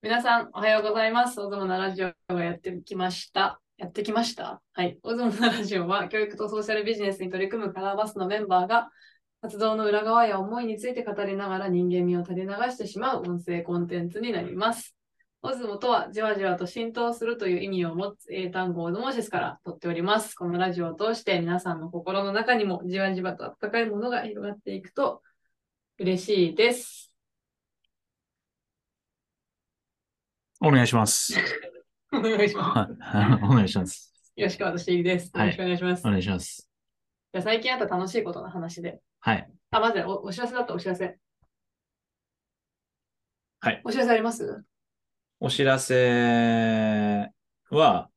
皆さん、おはようございます。オズモのラジオがやってきました。やってきましたはい。オズモのラジオは、教育とソーシャルビジネスに取り組むカラーバスのメンバーが、活動の裏側や思いについて語りながら人間味を垂れ流してしまう音声コンテンツになります。オズモとは、じわじわと浸透するという意味を持つ英単語オズモシスから取っております。このラジオを通して皆さんの心の中にもじわじわと温かいものが広がっていくと嬉しいです。 お願いします。 お願いします。 お願いします。 吉川としいです。よろしくお願いします。 お願いします。 じゃあ最近あった楽しいことの話で。 はい。 まずお知らせだったお知らせ。 はい。 お知らせあります？ お知らせは、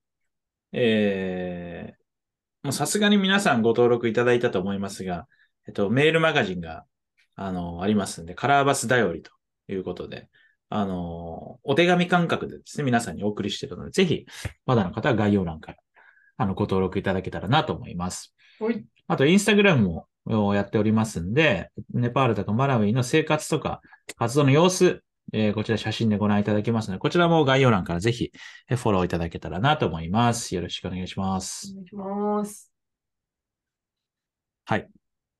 もうさすがに皆さんご登録いただいたと思いますが、メールマガジンが、ありますんで、カラーバスだよりということで、お手紙感覚でですね、皆さんにお送りしているので、ぜひ、まだの方は概要欄から、ご登録いただけたらなと思います。 はい。 あと、インスタグラムもやっておりますんで、ネパールとかマラウイの生活とか活動の様子、こちら写真でご覧いただけますので、こちらも概要欄からぜひフォローいただけたらなと思います。よろしくお願いします。 お願いします。 はい。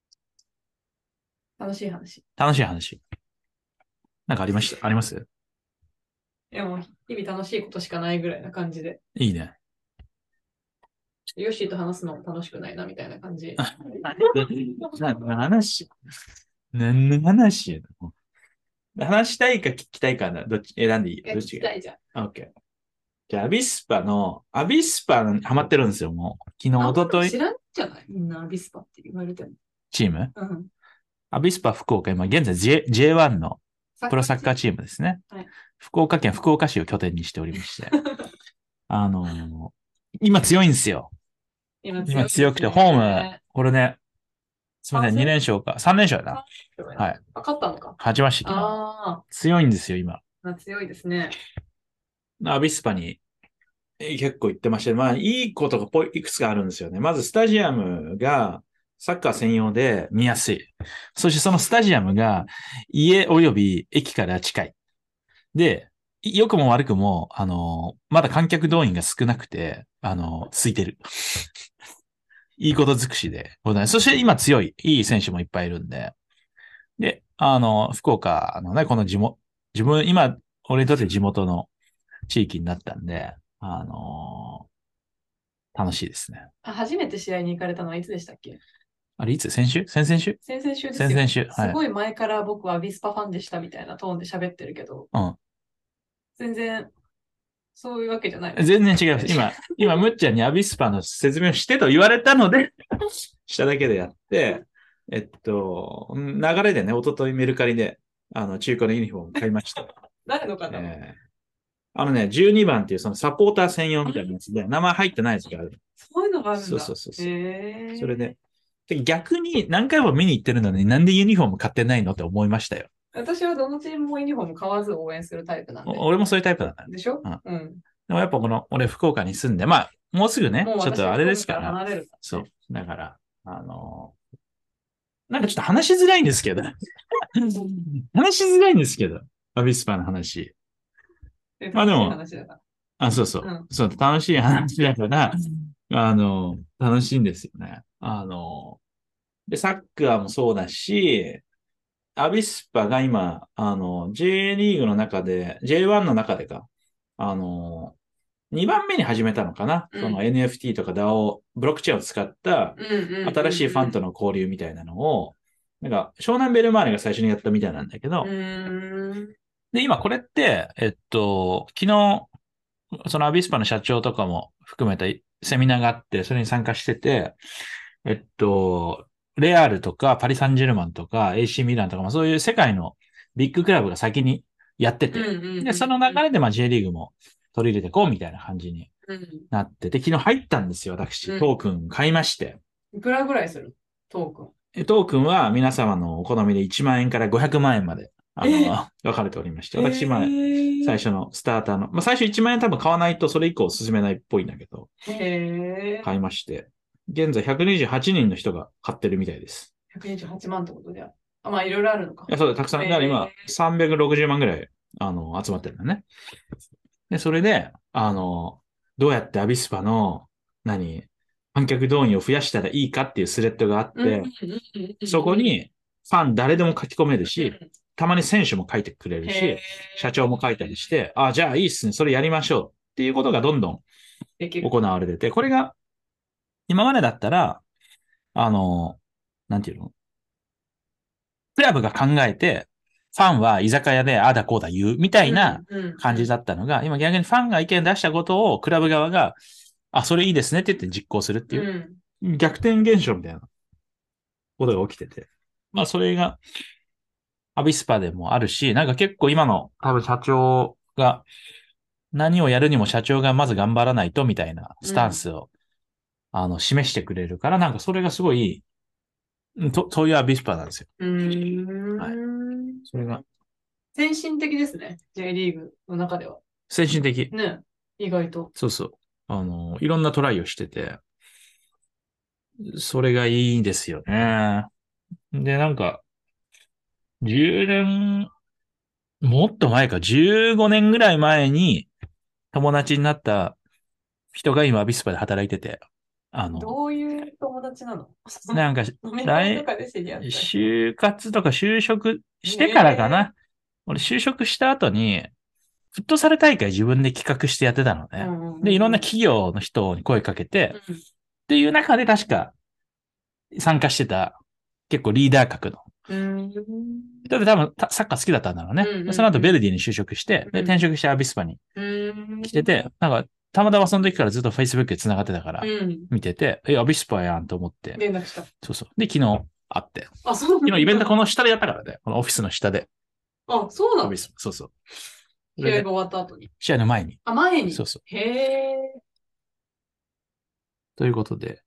楽しい話。 楽しい話。なんかあります？ もう日々楽しいことしかないぐらいな感じで。 いいね。 ヨッシーと話すの楽しくないなみたいな感じ。 何の話何の話やの？話したいか聞きたいかな、どっち選んでいい？どっ聞ちがいい？ きたいじゃん。 あ、OK。じゃあ、アビスパハマってるんですよ、もう。昨日、 あんま一昨日知らんじゃないみんなアビスパって言われても。 チームうん。 アビスパ福岡、今現在 J1 のプロサッカーチームですね。 はい。 福岡県福岡市を拠点にしておりまして。あのー今強いんですよ。 今強今いです強くて、ホーム、 ね。 これね、すみません、2連勝か、3連勝だな。はい。 勝ったのか。 勝ちました、昨日。 あ強いんですよ、今。 あ、強いですね。 アビスパに結構行ってまして、まあ、いいことがいくつかあるんですよね。まず、スタジアムがサッカー専用で見やすい。そしてそのスタジアムが家及び駅から近い。で、良くも悪くも、まだ観客動員が少なくて、空いてる。いいこと尽くしで。そして今強い、いい選手もいっぱいいるんで。で、福岡のね、この自分、今、俺にとって地元の地域になったんで、楽しいですね。 初めて試合に行かれたのはいつでしたっけ？ あれ、いつ先週先々週先々週ですよね。 先々週。はい。 すごい前から僕はアビスパファンでしたみたいなトーンで喋ってるけど、 うん。 全然そういうわけじゃないの？ 全然違います。今、むっちゃんにアビスパの説明をしてと言われたのでしただけでやって、流れでね、一昨日メルカリで、中古のユニフォーム買いました。 誰の方の？ 12番っていうそのサポーター専用みたいなやつで、名前入ってないやつがある。 そういうのがあるんそうそだ。 うそうそう。それへえ。 で、逆に何回も見に行ってるのになんでユニフォーム買ってないのって思いましたよ。 私はどのチームもユニフォーム買わず応援するタイプなんで。 俺もそういうタイプだった。 でしょ？ うん。 うん。 でもやっぱ俺福岡に住んで、まあ、もうすぐね、 もう私はちょっとあれ福岡からですから、 離れるかそう。 らね。 だから、なんかちょっと話しづらいんですけど、話しづらいんですけど、アビスパの話。まあ楽しいでも、 話だかそうそら。うん。 う。そう、楽しい話だから、楽しいんですよね。で、サッカーもそうだし、アビスパが今、J リーグの中で、J1 の中でか、あの、2番目に始めたのかな、 うん。 その NFT とか DAO、ブロックチェーンを使ったうんうん新しいファンとの交流みたいなのを、なんか、湘南ベルマーレが最初にやったみたいなんだけうん。 ど、 うーん。 で、今これって、昨日、そのアビスパの社長とかも含めたセミナーがあって、それに参加してて、えっと、レアルとかパリ・サンジェルマンとか AC ミランとか、まあそういう世界のビッグクラブが先にやってて、 うんうんうんで、その流れでまあ J リーグも取り入れてこうみたいな感じにうん。 なってて、昨日入ったんですよ、私。トークン買いまして。 いくらぐらいするトークン？ トークンは皆様のお好みで1万円から500万円まで、 え分かれておりまして、 え私、まあ、最ー、 初のスターターの、まあ最初1万円多分買わないとそれ以降進めないっぽいんだけど、 へえ。 買いまして、現在128人の人が買ってるみたいです。 128万ってことで。まあ、いろいろあるのか。 いや、そうだ、たくさん。だから今、 え 360万ぐらい、 集まってるんだよね。で、それで、どうやってアビスパの、観客動員を増やしたらいいかっていうスレッドがあっうんうんて、 うんうんうん。 そこにファン誰でも書き込めるし、たまに選手も書いてくれるへし、社ー長も書いたりして、あ、じゃあいいっすね、それやりましょうっていうことがどんどんできる。 行われてて、これが今までだったら、あの、なんていうのクラブが考えて、ファンは居酒屋でああだこうだ言うみたいな感じだったのが、今逆にファンが意見出したことをクラブ側が、あ、それいいですねって言って実行するってういうん。 逆転現象みたいなことが起きてて。まあそれがアビスパでもあるし、なんか結構今の多分社長が何をやるにも社長がまず頑張らないとみたいなスタンスを、示してくれるから、なんかそれがすごい、そういうアビスパなんですよ。 うはい。 ん。 それが先進的ですね。J リーグの中では。 先進的。 ね。意外と。 そうそう。いろんなトライをしてて、それがいいんですよね。で、なんか、10年、もっと前か、15年ぐらい前に友達になった人が今アビスパで働いてて、 どういう友達なの？ なんか、 飲み会と来、 かで知り合った人。 就活とか就職してからかな。俺就職した後に、フットサル大会自分で企画してやってたのね。で、いろんな企業の人に声かけて、っていう中で確か参加してた結構リーダー格のうん。 人で多分サッカー好きだったんだろうね。その後ベルディに就職して、で、転職してアビスパに来てて、なんか、たまたまその時からずっと Facebook で繋がってたから、見てて、アビスパやんと思って。 連絡した。 そうそう。で、昨日会って。 あ、そうなんだ。 昨日イベントこの下でやったからね。このオフィスの下で。 あ、そうなの？ アビスパ。そうそう。 試合が終わった後に。 試合の前に。 あ、前に。 そうそう。 へえ。 ということで、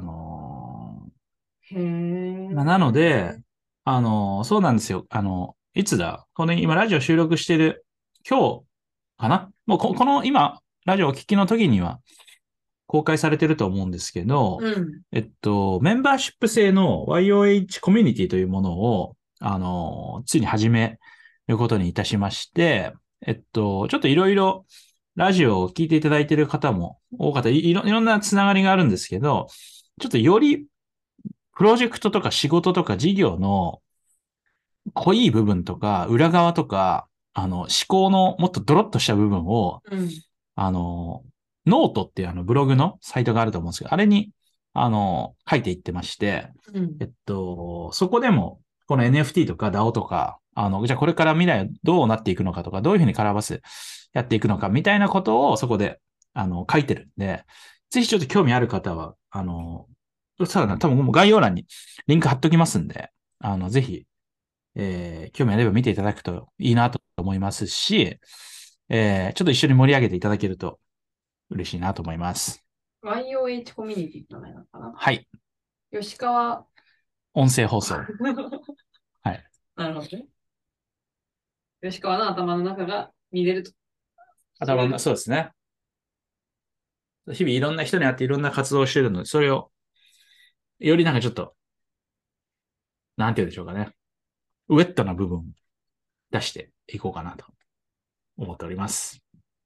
へえ。 なので、そうなんですよ。いつだこの今ラジオ収録してる今日かなもうこの今、ラジオをお聞きの時には公開されてると思うんですけど、メンバーシップ制の YOH コミュニティというものを、ついに始めることにいたしまして、ちょっといろいろラジオを聞いていただいている方も多かったいろんなつながりがあるんですけど、ちょっとよりプロジェクトとか仕事とか事業の濃い部分とか、裏側とか、思考のもっとドロッとした部分を、ノートっていうブログのサイトがあると思うんですけど、あれに、書いていってまして、そこでも、この NFT とか DAO とか、じゃあこれから未来どうなっていくのかとか、どういうふうにカラーバスやっていくのかみたいなことをそこで、書いてるんで、ぜひちょっと興味ある方は、そうだな、多分もう概要欄にリンク貼っときますんで、ぜひ、興味あれば見ていただくといいなと思いますし、ちょっと一緒に盛り上げていただけると嬉しいなと思います。 YOH コミュニティって名前なのかな？ はい。 吉川。 音声放送。はい。 なるほどね。吉川の頭の中が見れると。 そうですね。日々いろんな人に会っていろんな活動をしているので、それを、よりなんかちょっと、なんて言うんでしょうかね。ウェットな部分を出していこうかなと思っております。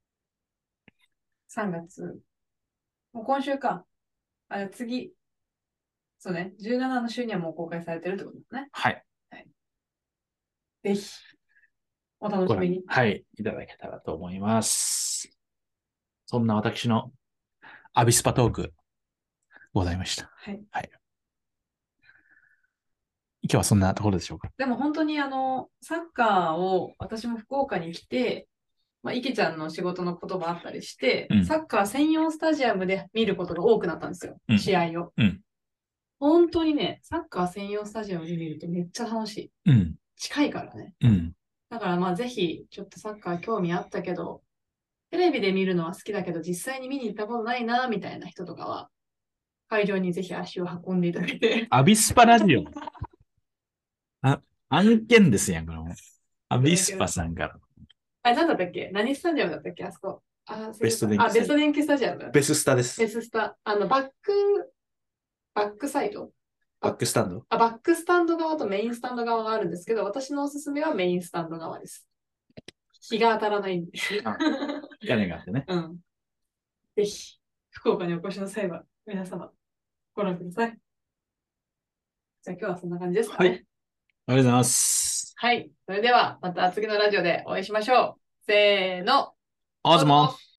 3月。もう今週か。次。そうね。17の週にはもう公開されてるってことですね。 はい。 ぜひ、お楽しみに。 はい。いただけたらと思います。そんな私のアビスパトークございました。 はい。 はい。今日はそんなところでしょうか。 でも本当にサッカーを私も福岡に来て、池ちゃんの仕事のこともあったりして、サッカー専用スタジアムで見ることが多くなったんですよ。試合を。本当にね、サッカー専用スタジアムで見るとめっちゃ楽しい。近いからね。だからぜひ、ちょっとサッカー興味あったけど、テレビで見るのは好きだけど、実際に見に行ったことないな、みたいな人とかは、会場にぜひ足を運んでいただけて。 アビスパラジオ。案件ですやん、これも。アビスパさんから。 なんだったっけ？何スタジアムだったっけ？あそこ。 ベスト電気スタジアム。 ベススタです。 ベススタ。バックサイド。 バックスタンド。 バックスタンド側とメインスタンド側があるんですけど、私のおすすめはメインスタンド側です。 日が当たらないんで。 屋根があってね。 うん。ぜひ、福岡にお越しの際は、皆様、ご覧ください。じゃあ今日はそんな感じですかね。 はい。ありがとうございます。 はい。それでは、また次のラジオでお会いしましょう。せーの。 あずも。